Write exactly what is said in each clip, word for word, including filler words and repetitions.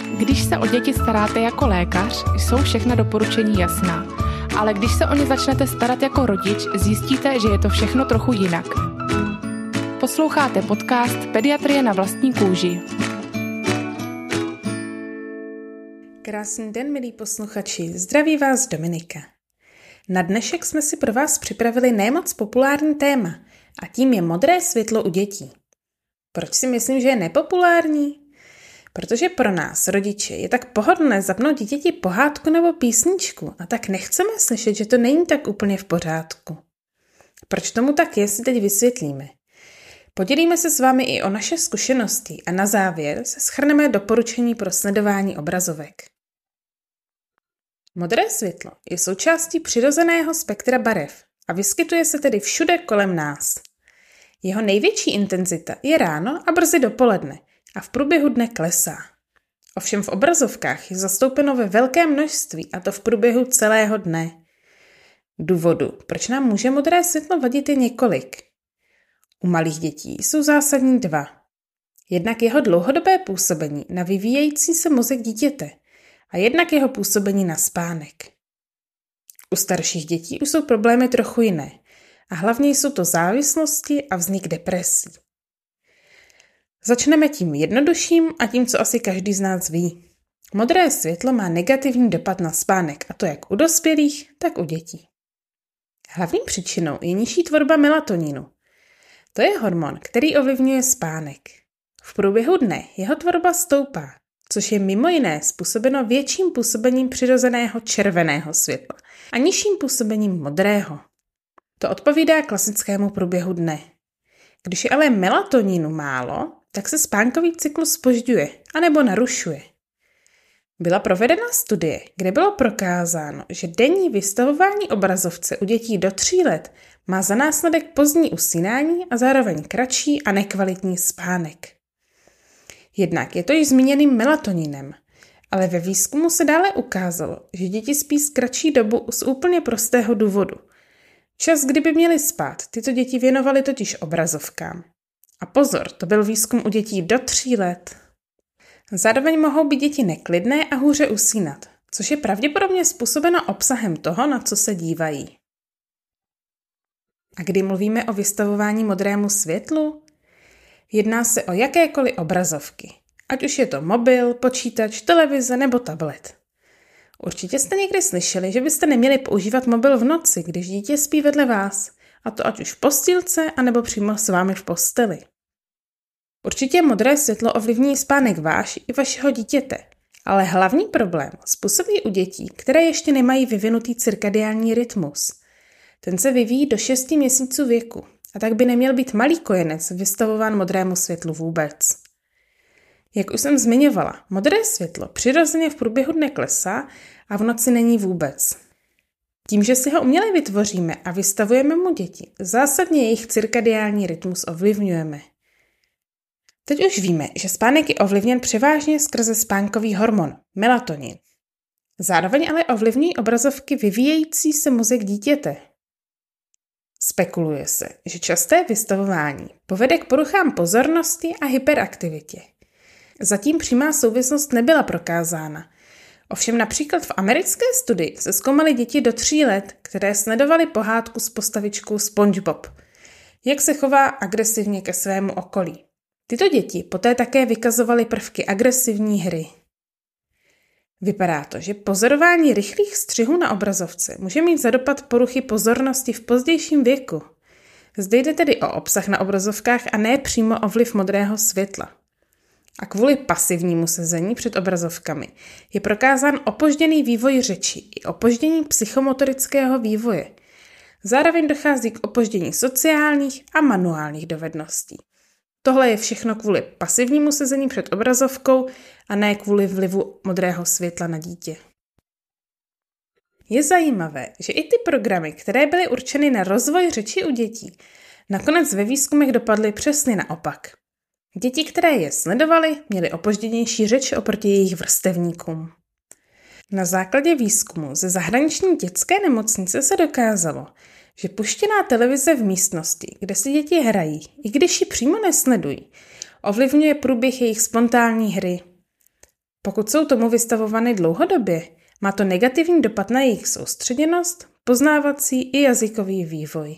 Když se o děti staráte jako lékař, jsou všechna doporučení jasná. Ale když se o ně začnete starat jako rodič, zjistíte, že je to všechno trochu jinak. Posloucháte podcast Pediatrie na vlastní kůži. Krásný den, milí posluchači, zdraví vás Dominika. Na dnešek jsme si pro vás připravili nemoc populární téma a tím je modré světlo u dětí. Proč si myslím, že je nepopulární? Protože pro nás, rodiče, je tak pohodlné zapnout dítěti pohádku nebo písničku a tak nechceme slyšet, že to není tak úplně v pořádku. Proč tomu tak je, si teď vysvětlíme. Podělíme se s vámi i o naše zkušenosti a na závěr se shrneme doporučení pro sledování obrazovek. Modré světlo je součástí přirozeného spektra barev a vyskytuje se tedy všude kolem nás. Jeho největší intenzita je ráno a brzy dopoledne a v průběhu dne klesá. Ovšem v obrazovkách je zastoupeno ve velkém množství a to v průběhu celého dne. Důvodu, proč nám může modré světlo vadit, je několik. U malých dětí jsou zásadní dva. Jednak jeho dlouhodobé působení na vyvíjející se mozek dítěte a jednak jeho působení na spánek. U starších dětí už jsou problémy trochu jiné a hlavně jsou to závislosti a vznik depresí. Začneme tím jednodušším a tím, co asi každý z nás ví. Modré světlo má negativní dopad na spánek, a to jak u dospělých, tak u dětí. Hlavní příčinou je nižší tvorba melatoninu. To je hormon, který ovlivňuje spánek. V průběhu dne jeho tvorba stoupá, což je mimo jiné způsobeno větším působením přirozeného červeného světla a nižším působením modrého. To odpovídá klasickému průběhu dne. Když je ale melatoninu málo, tak se spánkový cyklus zpožďuje anebo narušuje. Byla provedena studie, kde bylo prokázáno, že denní vystavování obrazovce u dětí do tří let má za následek pozdní usínání a zároveň kratší a nekvalitní spánek. Jednak je to již zmíněným melatoninem, ale ve výzkumu se dále ukázalo, že děti spí z kratší dobu z úplně prostého důvodu. Čas, kdyby měly spát, tyto děti věnovaly totiž obrazovkám. A pozor, to byl výzkum u dětí do tří let. Zároveň mohou být děti neklidné a hůře usínat, což je pravděpodobně způsobeno obsahem toho, na co se dívají. A kdy mluvíme o vystavování modrému světlu? Jedná se o jakékoliv obrazovky, ať už je to mobil, počítač, televize nebo tablet. Určitě jste někdy slyšeli, že byste neměli používat mobil v noci, když dítě spí vedle vás, a to ať už v postýlce, anebo přímo s vámi v posteli. Určitě modré světlo ovlivní spánek váš i vašeho dítěte, ale hlavní problém způsobí u dětí, které ještě nemají vyvinutý cirkadiální rytmus. Ten se vyvíjí do šesti měsíců věku a tak by neměl být malý kojenec vystavován modrému světlu vůbec. Jak už jsem zmiňovala, modré světlo přirozeně v průběhu dne klesá a v noci není vůbec. Tím, že si ho uměle vytvoříme a vystavujeme mu děti, zásadně jejich cirkadiální rytmus ovlivňujeme. Teď už víme, že spánek je ovlivněn převážně skrze spánkový hormon, melatonin. Zároveň ale ovlivňují obrazovky vyvíjející se mozek dítěte. Spekuluje se, že časté vystavování povede k poruchám pozornosti a hyperaktivitě. Zatím přímá souvislost nebyla prokázána. Ovšem například v americké studii se zkoumaly děti do tří let, které sledovaly pohádku s postavičkou SpongeBob. Jak se chová agresivně ke svému okolí. Tyto děti poté také vykazovaly prvky agresivní hry. Vypadá to, že pozorování rychlých střihů na obrazovce může mít za dopad poruchy pozornosti v pozdějším věku. Zde jde tedy o obsah na obrazovkách a ne přímo o vliv modrého světla. A kvůli pasivnímu sezení před obrazovkami je prokázán opožděný vývoj řeči i opoždění psychomotorického vývoje. Zároveň dochází k opoždění sociálních a manuálních dovedností. Tohle je všechno kvůli pasivnímu sezení před obrazovkou a ne kvůli vlivu modrého světla na dítě. Je zajímavé, že i ty programy, které byly určeny na rozvoj řeči u dětí, nakonec ve výzkumech dopadly přesně naopak. Děti, které je sledovaly, měly opožděnější řeč oproti jejich vrstevníkům. Na základě výzkumu ze zahraniční dětské nemocnice se dokázalo, že puštěná televize v místnosti, kde si děti hrají, i když ji přímo nesledují, ovlivňuje průběh jejich spontánní hry. pokud jsou tomu vystavovány dlouhodobě, má to negativní dopad na jejich soustředěnost, poznávací i jazykový vývoj.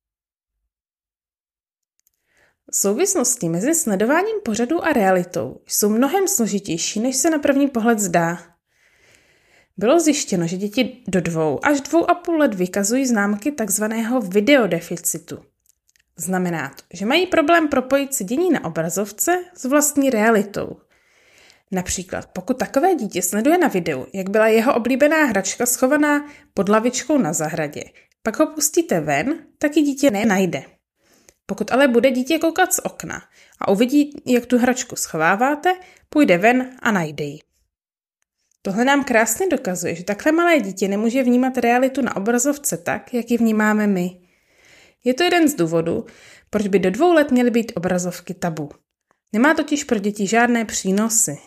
Souvislosti mezi sledováním pořadu a realitou jsou mnohem složitější, než se na první pohled zdá. Bylo zjištěno, že děti do dvou až dvou a půl let vykazují známky takzvaného videodeficitu. Znamená to, že mají problém propojit si dění na obrazovce s vlastní realitou. Například, pokud takové dítě sleduje na videu, jak byla jeho oblíbená hračka schovaná pod lavičkou na zahradě, pak ho pustíte ven, tak ji dítě nenajde. Pokud ale bude dítě koukat z okna a uvidí, jak tu hračku schováváte, půjde ven a najde ji. Tohle nám krásně dokazuje, že takhle malé dítě nemůže vnímat realitu na obrazovce tak, jak ji vnímáme my. Je to jeden z důvodů, proč by do dvou let měly být obrazovky tabu. Nemá totiž pro děti žádné přínosy.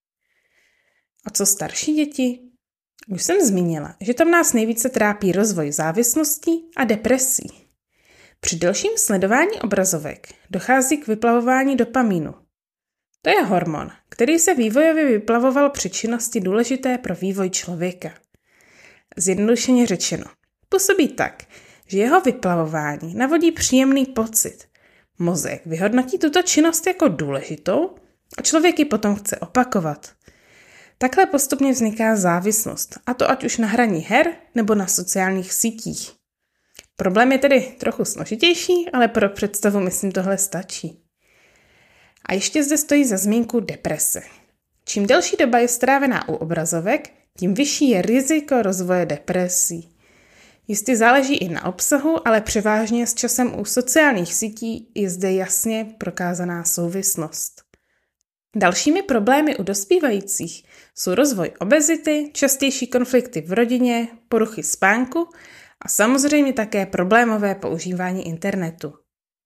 A co starší děti? Už jsem zmínila, že tam nás nejvíce trápí rozvoj závislostí a depresí. Při delším sledování obrazovek dochází k vyplavování dopamínu. To je hormon, který se vývojově vyplavoval při činnosti důležité pro vývoj člověka. Zjednodušeně řečeno, působí tak, že jeho vyplavování navodí příjemný pocit. Mozek vyhodnotí tuto činnost jako důležitou a člověk ji potom chce opakovat. Takhle postupně vzniká závislost, a to ať už na hraní her nebo na sociálních sítích. Problém je tedy trochu složitější, ale pro představu myslím tohle stačí. A ještě zde stojí za zmínku deprese. Čím delší doba je strávená u obrazovek, tím vyšší je riziko rozvoje depresí. Jistě záleží i na obsahu, ale převážně s časem u sociálních sítí je zde jasně prokázaná souvislost. Dalšími problémy u dospívajících jsou rozvoj obezity, častější konflikty v rodině, poruchy spánku a samozřejmě také problémové používání internetu.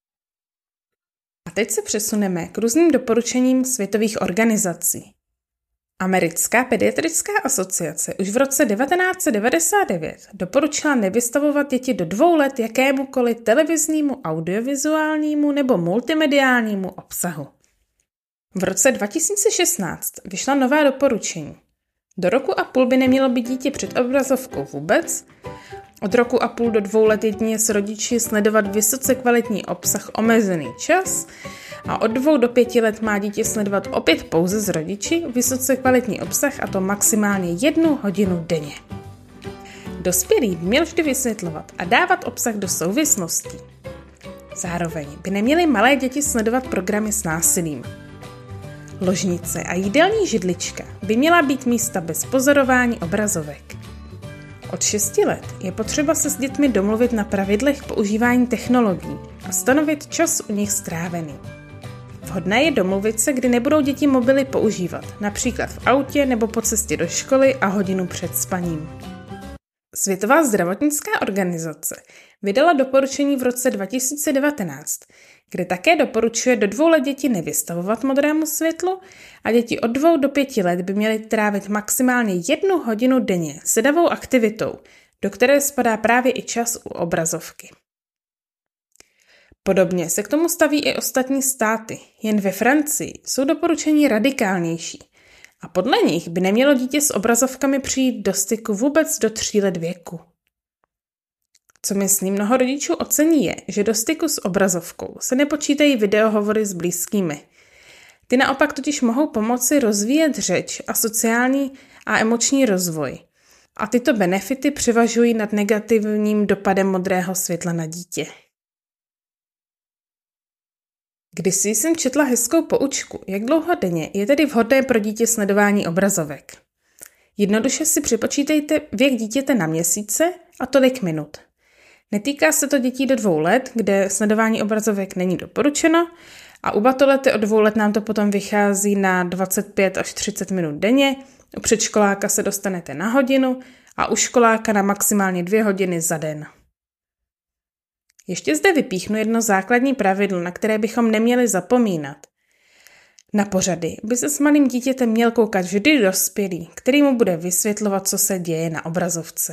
A teď se přesuneme k různým doporučením světových organizací. Americká pediatrická asociace už v roce devatenáct set devadesát devět doporučila nevystavovat děti do dvou let jakémukoliv televiznímu, audiovizuálnímu nebo multimediálnímu obsahu. V roce dva tisíce šestnáct vyšla nová doporučení. Do roku a půl by nemělo být dítě před obrazovkou vůbec, od roku a půl do dvou let jedině s rodiči sledovat vysoce kvalitní obsah omezený čas a od dvou do pěti let má dítě sledovat opět pouze s rodiči vysoce kvalitní obsah, a to maximálně jednu hodinu denně. Dospělý by měl vždy vysvětlovat a dávat obsah do souvislostí. Zároveň by neměly malé děti sledovat programy s násilím. Ložnice a jídelní židlička by měla být místa bez pozorování obrazovek. Od šesti let je potřeba se s dětmi domluvit na pravidlech používání technologií a stanovit čas u nich strávený. Vhodné je domluvit se, kdy nebudou děti mobily používat, například v autě nebo po cestě do školy a hodinu před spaním. Světová zdravotnická organizace vydala doporučení v roce dva tisíce devatenáct, kde také doporučuje do dvou let děti nevystavovat modrému světlu a děti od dvou do pěti let by měly trávit maximálně jednu hodinu denně sedavou aktivitou, do které spadá právě i čas u obrazovky. Podobně se k tomu staví i ostatní státy, jen ve Francii jsou doporučení radikálnější a podle nich by nemělo dítě s obrazovkami přijít do styku vůbec do tří let věku. Co myslím mnoho rodičů ocení je, že do styku s obrazovkou se nepočítají videohovory s blízkými. Ty naopak totiž mohou pomoci rozvíjet řeč a sociální a emoční rozvoj. A tyto benefity převažují nad negativním dopadem modrého světla na dítě. Kdysi jsem četla hezkou poučku, jak dlouho denně je tedy vhodné pro dítě sledování obrazovek. Jednoduše si připočítejte věk dítěte na měsíce a tolik minut. Netýká se to dětí do dvou let, kde sledování obrazovek není doporučeno, a u batolety od dvou let nám to potom vychází na dvacet pět až třicet minut denně, u předškoláka se dostanete na hodinu a u školáka na maximálně dvě hodiny za den. Ještě zde vypíchnu jedno základní pravidlo, na které bychom neměli zapomínat. Na pořady by se s malým dítětem měl koukat vždy dospělý, který mu bude vysvětlovat, co se děje na obrazovce.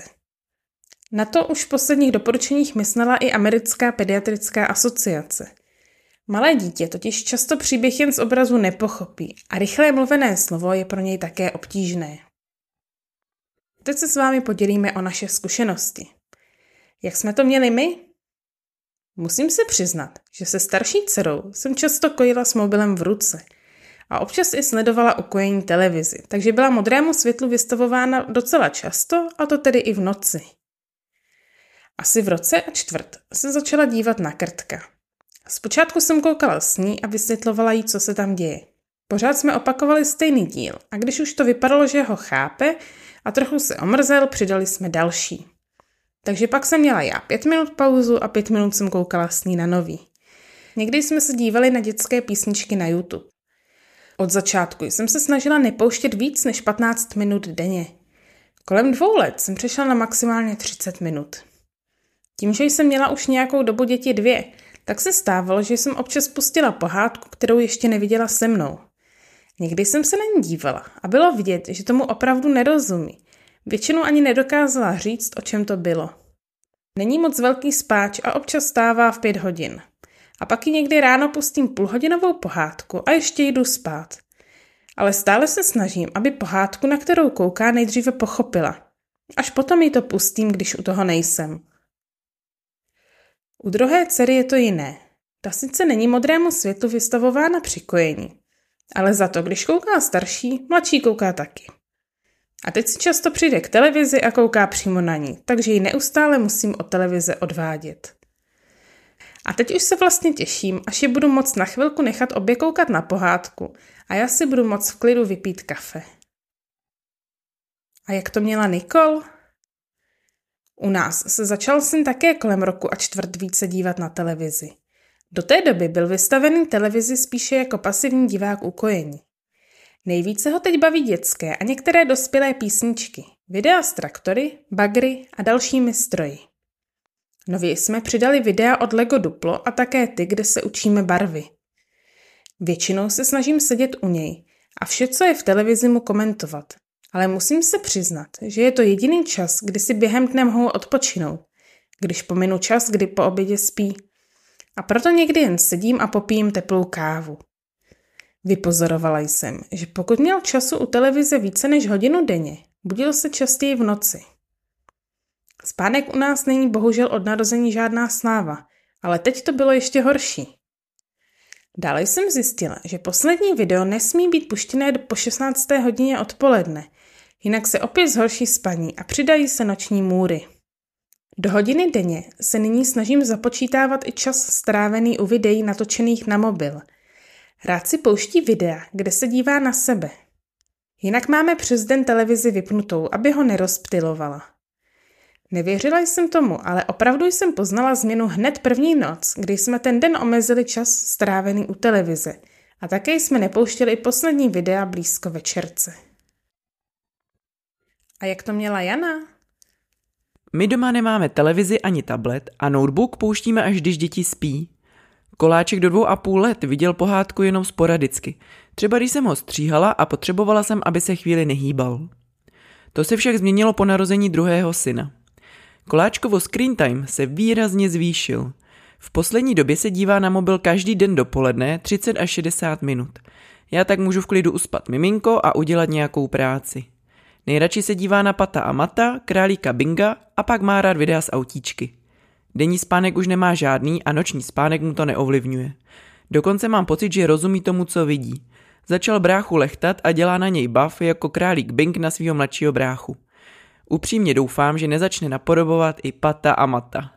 Na to už v posledních doporučeních myslela i Americká pediatrická asociace. Malé dítě totiž často příběh jen z obrazu nepochopí a rychlé mluvené slovo je pro něj také obtížné. Teď se s vámi podělíme o naše zkušenosti. Jak jsme to měli my? Musím se přiznat, že se starší dcerou jsem často kojila s mobilem v ruce a občas i sledovala ukojení televizi, takže byla modrému světlu vystavována docela často, a to tedy i v noci. Asi v roce a čtvrt se začala dívat na Krtka. Zpočátku jsem koukala s ní a vysvětlovala jí, co se tam děje. Pořád jsme opakovali stejný díl a když už to vypadalo, že ho chápe a trochu se omrzel, přidali jsme další. Takže pak jsem měla já pět minut pauzu a pět minut jsem koukala s ní na nový. Někdy jsme se dívali na dětské písničky na YouTube. Od začátku jsem se snažila nepouštět víc než patnáct minut denně. Kolem dvou let jsem přešla na maximálně třicet minut. Tím, že jsem měla už nějakou dobu děti dvě, tak se stávalo, že jsem občas pustila pohádku, kterou ještě neviděla se mnou. Někdy jsem se na ní dívala a bylo vidět, že tomu opravdu nerozumí. Většinou ani nedokázala říct, o čem to bylo. Není moc velký spáč a občas stává v pět hodin. A pak ji někdy ráno pustím půlhodinovou pohádku a ještě jdu spát. Ale stále se snažím, aby pohádku, na kterou kouká, nejdříve pochopila. Až potom ji to pustím, když u toho nejsem. U druhé dcery je to jiné. Ta sice není modrému světlu vystavována při kojení, ale za to, když kouká starší, mladší kouká taky. A teď si často přijde k televizi a kouká přímo na ní, takže ji neustále musím od televize odvádět. A teď už se vlastně těším, až je budu moct na chvilku nechat obě koukat na pohádku a já si budu moct v klidu vypít kafe. A jak to měla Nikol? U nás se začal syn také kolem roku a čtvrt více dívat na televizi. Do té doby byl vystavený televizi spíše jako pasivní divák u kojení. Nejvíce ho teď baví dětské a některé dospělé písničky, videa z traktory, bagry a dalšími stroji. Nově jsme přidali videa od Lego Duplo a také ty, kde se učíme barvy. Většinou se snažím sedět u něj a vše, co je v televizi, mu komentovat. Ale musím se přiznat, že je to jediný čas, kdy si během dne mohu odpočinout, když pominu čas, kdy po obědě spí. A proto někdy jen sedím a popijím teplou kávu. Vypozorovala jsem, že pokud měl času u televize více než hodinu denně, budil se častěji v noci. Spánek u nás není bohužel od narození žádná sláva, ale teď to bylo ještě horší. Dále jsem zjistila, že poslední video nesmí být puštěné po šestnácté hodině odpoledne, jinak se opět zhorší spaní a přidají se noční můry. Do hodiny denně se nyní snažím započítávat i čas strávený u videí natočených na mobil. Rád si pouští videa, kde se dívá na sebe. Jinak máme přes den televizi vypnutou, aby ho nerozptylovala. Nevěřila jsem tomu, ale opravdu jsem poznala změnu hned první noc, kdy jsme ten den omezili čas strávený u televize a také jsme nepouštěli i poslední videa blízko večerce. A jak to měla Jana? My doma nemáme televizi ani tablet a notebook pouštíme, až když děti spí. Koláček do dvou a půl let viděl pohádku jenom sporadicky. Třeba když jsem ho stříhala a potřebovala jsem, aby se chvíli nehýbal. To se však změnilo po narození druhého syna. Koláčkovo screen time se výrazně zvýšil. V poslední době se dívá na mobil každý den dopoledne třicet až šedesát minut. Já tak můžu v klidu uspat miminko a udělat nějakou práci. Nejradši se dívá na Pata a Mata, Králíka Binga a pak má rád videa z autíčky. Denní spánek už nemá žádný a noční spánek mu to neovlivňuje. Dokonce mám pocit, že rozumí tomu, co vidí. Začal bráchu lechtat a dělá na něj bav jako králík Bing na svého mladšího bráchu. Upřímně doufám, že nezačne napodobovat i Pata a Mata.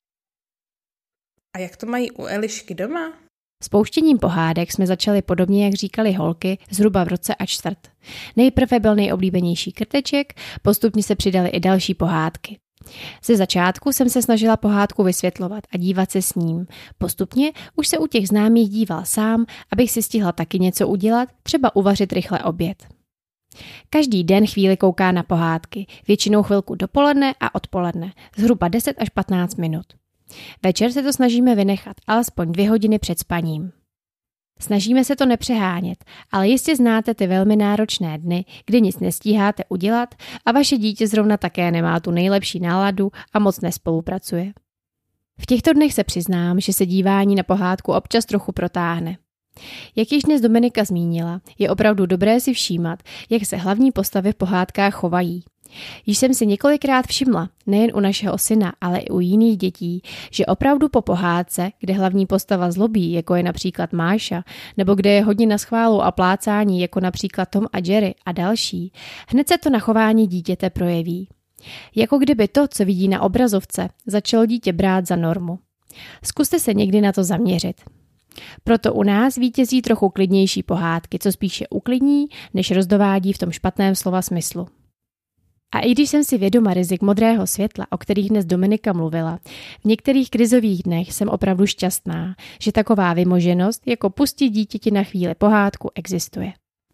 A jak to mají u Elišky doma? S pouštěním pohádek jsme začali podobně, jak říkali holky, zhruba v roce a čtvrt. Nejprve byl nejoblíbenější Krteček, postupně se přidaly i další pohádky. Ze začátku jsem se snažila pohádku vysvětlovat a dívat se s ním. Postupně už se u těch známých díval sám, abych si stihla taky něco udělat, třeba uvařit rychle oběd. Každý den chvíli kouká na pohádky, většinou chvilku dopoledne a odpoledne, zhruba deset až patnáct minut. Večer se to snažíme vynechat alespoň dvě hodiny před spaním. Snažíme se to nepřehánět, ale jistě znáte ty velmi náročné dny, kdy nic nestíháte udělat a vaše dítě zrovna také nemá tu nejlepší náladu a moc nespolupracuje. V těchto dnech se přiznám, že se dívání na pohádku občas trochu protáhne. Jak již dnes Dominika zmínila, je opravdu dobré si všímat, jak se hlavní postavy v pohádkách chovají. Již jsem si několikrát všimla, nejen u našeho syna, ale i u jiných dětí, že opravdu po pohádce, kde hlavní postava zlobí, jako je například Máša, nebo kde je hodně na schválu a plácání, jako například Tom a Jerry a další, hned se to na chování dítěte projeví. Jako kdyby to, co vidí na obrazovce, začalo dítě brát za normu. Zkuste se někdy na to zaměřit. Proto u nás vítězí trochu klidnější pohádky, co spíše uklidní, než rozdovádí v tom špatném slova smyslu. A i když jsem si vědoma rizik modrého světla, o kterých dnes Dominika mluvila, v některých krizových dnech jsem opravdu šťastná, že taková vymoženost, jako pustit dítěti na chvíli pohádku, existuje.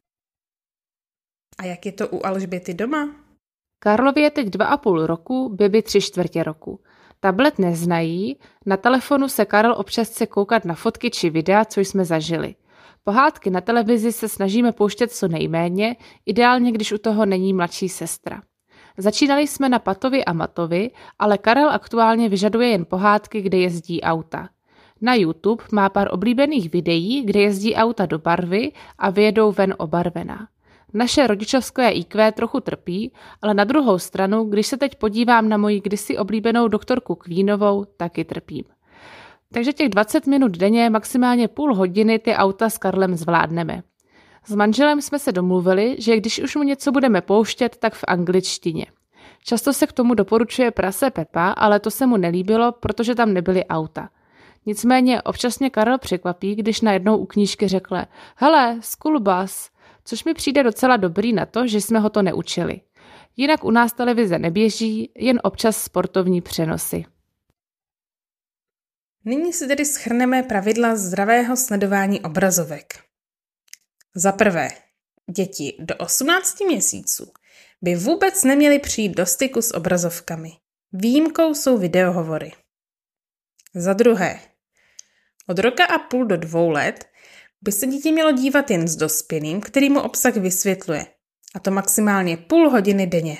A jak je to u Alžběty doma? Karlovi je teď dva a půl roku, Bibi tři čtvrtě roku. Tablet neznají, na telefonu se Karel občas chce koukat na fotky či videa, co jsme zažili. Pohádky na televizi se snažíme pouštět co nejméně, ideálně když u toho není mladší sestra. Začínali jsme na Patovi a Matovi, ale Karel aktuálně vyžaduje jen pohádky, kde jezdí auta. Na YouTube má pár oblíbených videí, kde jezdí auta do barvy a vyjedou ven obarvená. Naše rodičovské í kvé trochu trpí, ale na druhou stranu, když se teď podívám na moji kdysi oblíbenou doktorku Queenovou, taky trpím. Takže těch dvacet minut denně, maximálně půl hodiny ty auta s Karlem zvládneme. S manželem jsme se domluvili, že když už mu něco budeme pouštět, tak v angličtině. Často se k tomu doporučuje Prase Pepa, ale to se mu nelíbilo, protože tam nebyly auta. Nicméně občas mě Karel překvapí, když najednou u knížky řekne hele, school bus, což mi přijde docela dobrý na to, že jsme ho to neučili. Jinak u nás televize neběží, jen občas sportovní přenosy. Nyní si tedy shrneme pravidla zdravého sledování obrazovek. Za prvé, děti do osmnácti měsíců by vůbec neměly přijít do styku s obrazovkami. Výjimkou jsou videohovory. Za druhé, od roka a půl do dvou let by se dítě mělo dívat jen s dospělým, který mu obsah vysvětluje, a to maximálně půl hodiny denně.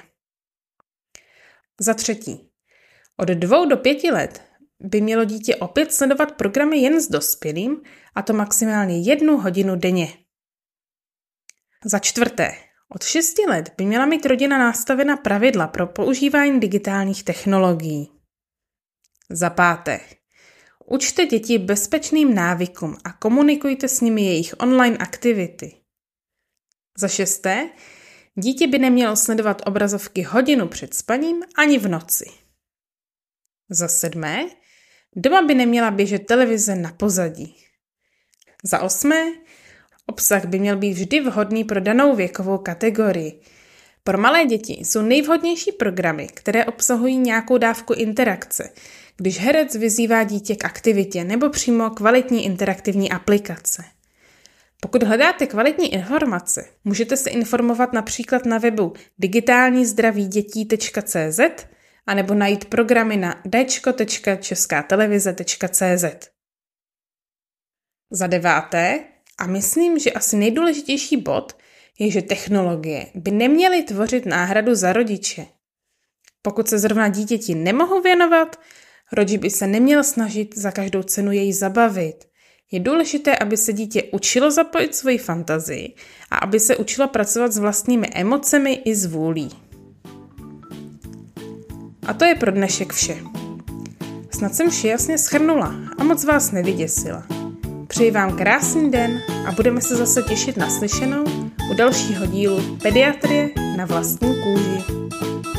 Za třetí, od dvou do pěti let by mělo dítě opět sledovat programy jen s dospělým, a to maximálně jednu hodinu denně. Za čtvrté, od šesti let by měla mít rodina nastavena pravidla pro používání digitálních technologií. Za páté, učte děti bezpečným návykům a komunikujte s nimi jejich online aktivity. Za šesté, dítě by nemělo sledovat obrazovky hodinu před spaním ani v noci. Za sedmé, doma by neměla běžet televize na pozadí. Za osmé, obsah by měl být vždy vhodný pro danou věkovou kategorii. Pro malé děti jsou nejvhodnější programy, které obsahují nějakou dávku interakce, když herec vyzývá dítě k aktivitě nebo přímo kvalitní interaktivní aplikace. Pokud hledáte kvalitní informace, můžete se informovat například na webu digitální zdraví dětí tečka cé zet anebo najít programy na dčko tečka česká televize tečka cé zet. Za deváté, a myslím, že asi nejdůležitější bod, je, že technologie by neměly tvořit náhradu za rodiče. Pokud se zrovna dítěti nemohou věnovat, rodič by se neměl snažit za každou cenu jej zabavit. Je důležité, aby se dítě učilo zapojit svoji fantazii a aby se učilo pracovat s vlastními emocemi i s vůlí. A to je pro dnešek vše. Snad jsem vše jasně shrnula a moc vás nevyděsila. Přeji vám krásný den a budeme se zase těšit na slyšenou u dalšího dílu Pediatrie na vlastní kůži.